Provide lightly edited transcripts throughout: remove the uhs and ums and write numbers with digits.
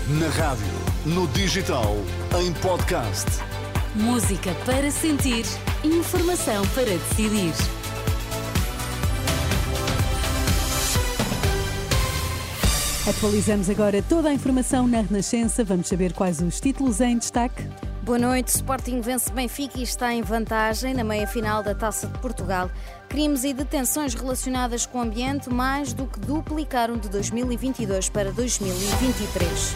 Na rádio, no digital, em podcast. Música para sentir, informação para decidir. Atualizamos agora toda a informação na Renascença. Vamos saber quais os títulos em destaque. Boa noite. Sporting vence Benfica e está em vantagem na meia-final da Taça de Portugal. Crimes e detenções relacionadas com o ambiente mais do que duplicaram de 2022 para 2023.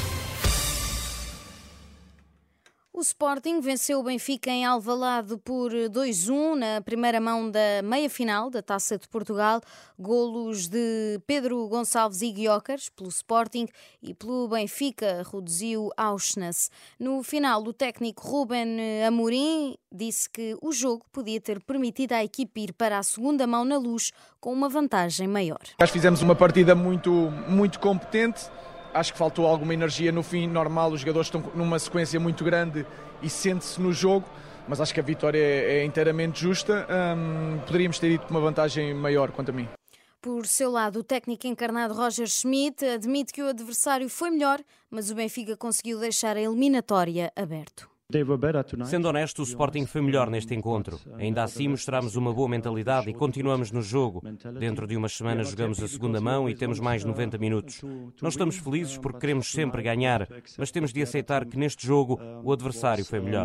O Sporting venceu o Benfica em Alvalade por 2-1 na primeira mão da meia-final da Taça de Portugal. Golos de Pedro Gonçalves e Gyökeres pelo Sporting e pelo Benfica reduziu Auschwitz. No final, o técnico Ruben Amorim disse que o jogo podia ter permitido à equipe ir para a segunda mão na Luz com uma vantagem maior. Acho que fizemos uma partida muito competente. Acho que faltou alguma energia no fim, normal, os jogadores estão numa sequência muito grande e sente-se no jogo, mas acho que a vitória é inteiramente justa. Poderíamos ter ido com uma vantagem maior, quanto a mim. Por seu lado, o técnico encarnado Roger Schmidt admite que o adversário foi melhor, mas o Benfica conseguiu deixar a eliminatória aberto. Sendo honesto, o Sporting foi melhor neste encontro. Ainda assim mostramos uma boa mentalidade e continuamos no jogo. Dentro de umas semanas jogamos a segunda mão e temos mais 90 minutos. Não estamos felizes porque queremos sempre ganhar, mas temos de aceitar que neste jogo o adversário foi melhor.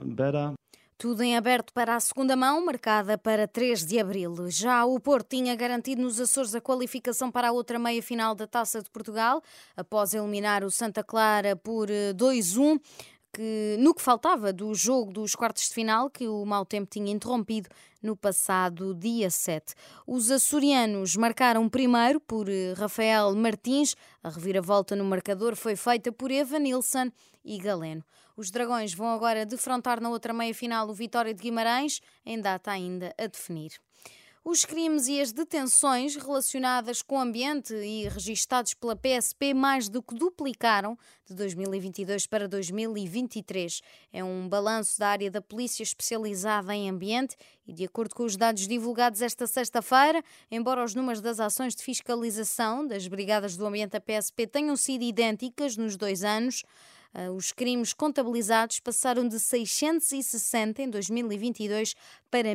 Tudo em aberto para a segunda mão, marcada para 3 de abril. Já o Porto tinha garantido nos Açores a qualificação para a outra meia-final da Taça de Portugal, após eliminar o Santa Clara por 2-1. No que faltava do jogo dos quartos de final, que o mau tempo tinha interrompido no passado dia 7. Os açorianos marcaram primeiro por Rafael Martins. A reviravolta no marcador foi feita por Evanilson e Galeno. Os Dragões vão agora defrontar na outra meia-final o Vitória de Guimarães, em data ainda a definir. Os crimes e as detenções relacionadas com o ambiente e registados pela PSP mais do que duplicaram de 2022 para 2023. É um balanço da área da Polícia especializada em ambiente e, de acordo com os dados divulgados esta sexta-feira, embora os números das ações de fiscalização das Brigadas do Ambiente da PSP tenham sido idênticas nos 2 anos, os crimes contabilizados passaram de 660 em 2022 para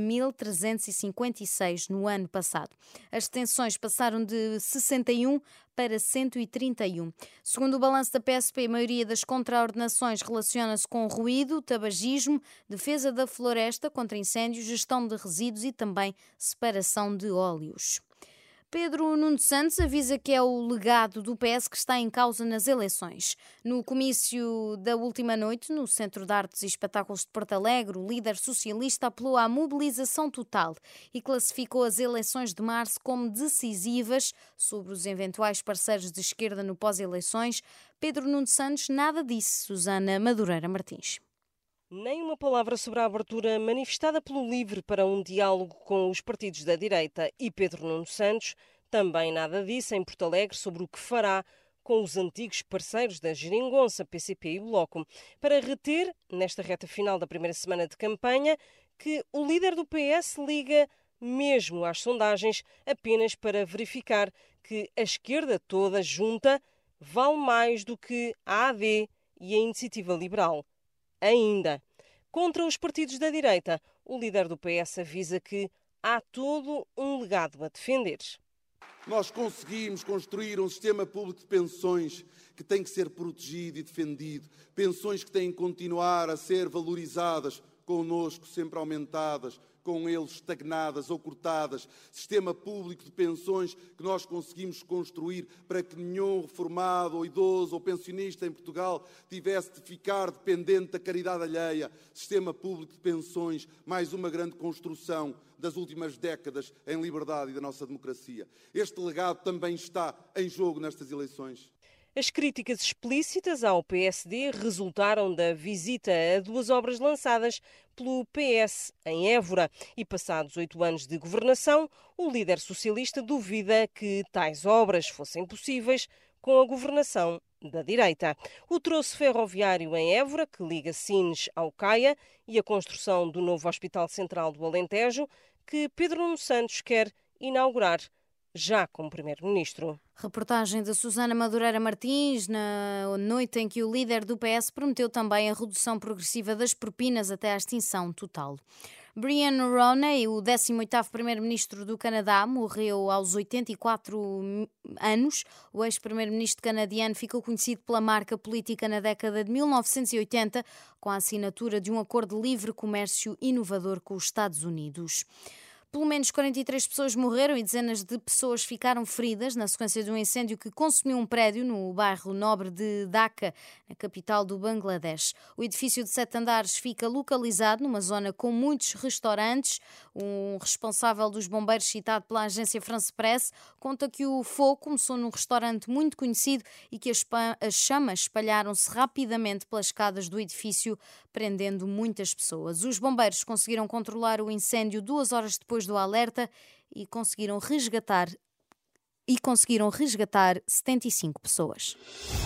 1.356 no ano passado. As detenções passaram de 61 para 131. Segundo o balanço da PSP, a maioria das contraordenações relaciona-se com ruído, tabagismo, defesa da floresta contra incêndios, gestão de resíduos e também separação de óleos. Pedro Nuno Santos avisa que é o legado do PS que está em causa nas eleições. No comício da última noite, no Centro de Artes e Espetáculos de Porto Alegre, o líder socialista apelou à mobilização total e classificou as eleições de março como decisivas sobre os eventuais parceiros de esquerda no pós-eleições. Pedro Nuno Santos nada disse, Susana Madureira Martins. Nem uma palavra sobre a abertura manifestada pelo LIVRE para um diálogo com os partidos da direita, e Pedro Nuno Santos também nada disse em Porto Alegre sobre o que fará com os antigos parceiros da Geringonça, PCP e Bloco, para reter, nesta reta final da primeira semana de campanha, que o líder do PS liga mesmo às sondagens apenas para verificar que a esquerda toda junta vale mais do que a AD e a Iniciativa Liberal. Ainda, contra os partidos da direita, o líder do PS avisa que há todo um legado a defender. Nós conseguimos construir um sistema público de pensões que tem que ser protegido e defendido. Pensões que têm que continuar a ser valorizadas, connosco sempre aumentadas, com eles estagnadas ou cortadas. Sistema público de pensões que nós conseguimos construir para que nenhum reformado ou idoso ou pensionista em Portugal tivesse de ficar dependente da caridade alheia. Sistema público de pensões, mais uma grande construção das últimas décadas em liberdade e da nossa democracia. Este legado também está em jogo nestas eleições. As críticas explícitas ao PSD resultaram da visita a 2 obras lançadas pelo PS em Évora. E passados 8 anos de governação, o líder socialista duvida que tais obras fossem possíveis com a governação da direita. O troço ferroviário em Évora, que liga Sines ao Caia, e a construção do novo Hospital Central do Alentejo, que Pedro Nuno Santos quer inaugurar já como primeiro-ministro. Reportagem da Susana Madureira Martins, na noite em que o líder do PS prometeu também a redução progressiva das propinas até à extinção total. Brian Mulroney, o 18º primeiro-ministro do Canadá, morreu aos 84 anos. O ex-primeiro-ministro canadiano ficou conhecido pela marca política na década de 1980, com a assinatura de um acordo de livre comércio inovador com os Estados Unidos. Pelo menos 43 pessoas morreram e dezenas de pessoas ficaram feridas na sequência de um incêndio que consumiu um prédio no bairro nobre de Dhaka, na capital do Bangladesh. O edifício de 7 andares fica localizado numa zona com muitos restaurantes. Um responsável dos bombeiros, citado pela agência France Presse, conta que o fogo começou num restaurante muito conhecido e que as chamas espalharam-se rapidamente pelas escadas do edifício, prendendo muitas pessoas. Os bombeiros conseguiram controlar o incêndio 2 horas depois do alerta e conseguiram resgatar 75 pessoas.